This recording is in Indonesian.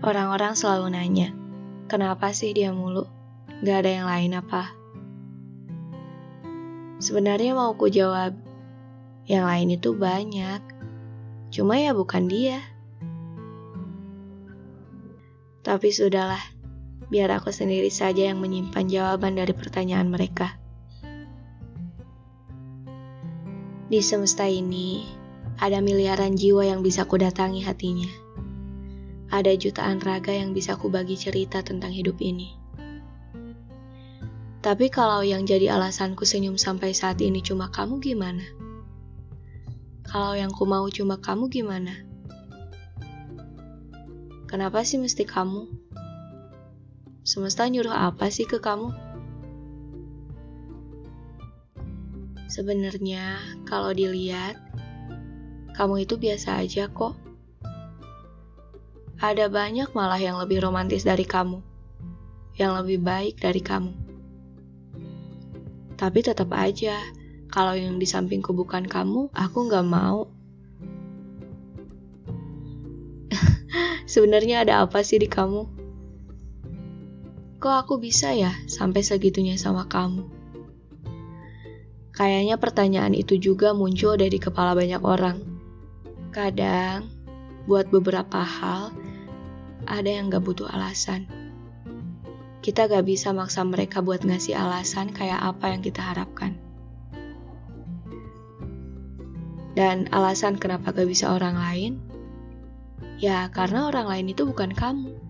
Orang-orang selalu nanya, kenapa sih dia mulu? Gak ada yang lain apa? Sebenarnya mau ku jawab, yang lain itu banyak. Cuma ya bukan dia. Tapi sudahlah, biar aku sendiri saja yang menyimpan jawaban dari pertanyaan mereka. Di semesta ini, ada miliaran jiwa yang bisa kudatangi hatinya. Ada jutaan raga yang bisa kubagi cerita tentang hidup ini. Tapi kalau yang jadi alasanku senyum sampai saat ini cuma kamu gimana? Kalau yang ku mau cuma kamu gimana? Kenapa sih mesti kamu? Semesta nyuruh apa sih ke kamu? Sebenarnya kalau dilihat, kamu itu biasa aja kok. Ada banyak malah yang lebih romantis dari kamu, yang lebih baik dari kamu. Tapi tetap aja, kalau yang di sampingku bukan kamu, aku gak mau. Sebenarnya ada apa sih di kamu? Kok aku bisa ya sampai segitunya sama kamu? Kayaknya pertanyaan itu juga muncul dari kepala banyak orang. Kadang, buat beberapa hal, ada yang gak butuh alasan. Kita gak bisa maksa mereka buat ngasih alasan kayak apa yang kita harapkan. Dan alasan kenapa gak bisa orang lain? Ya karena orang lain itu bukan kamu.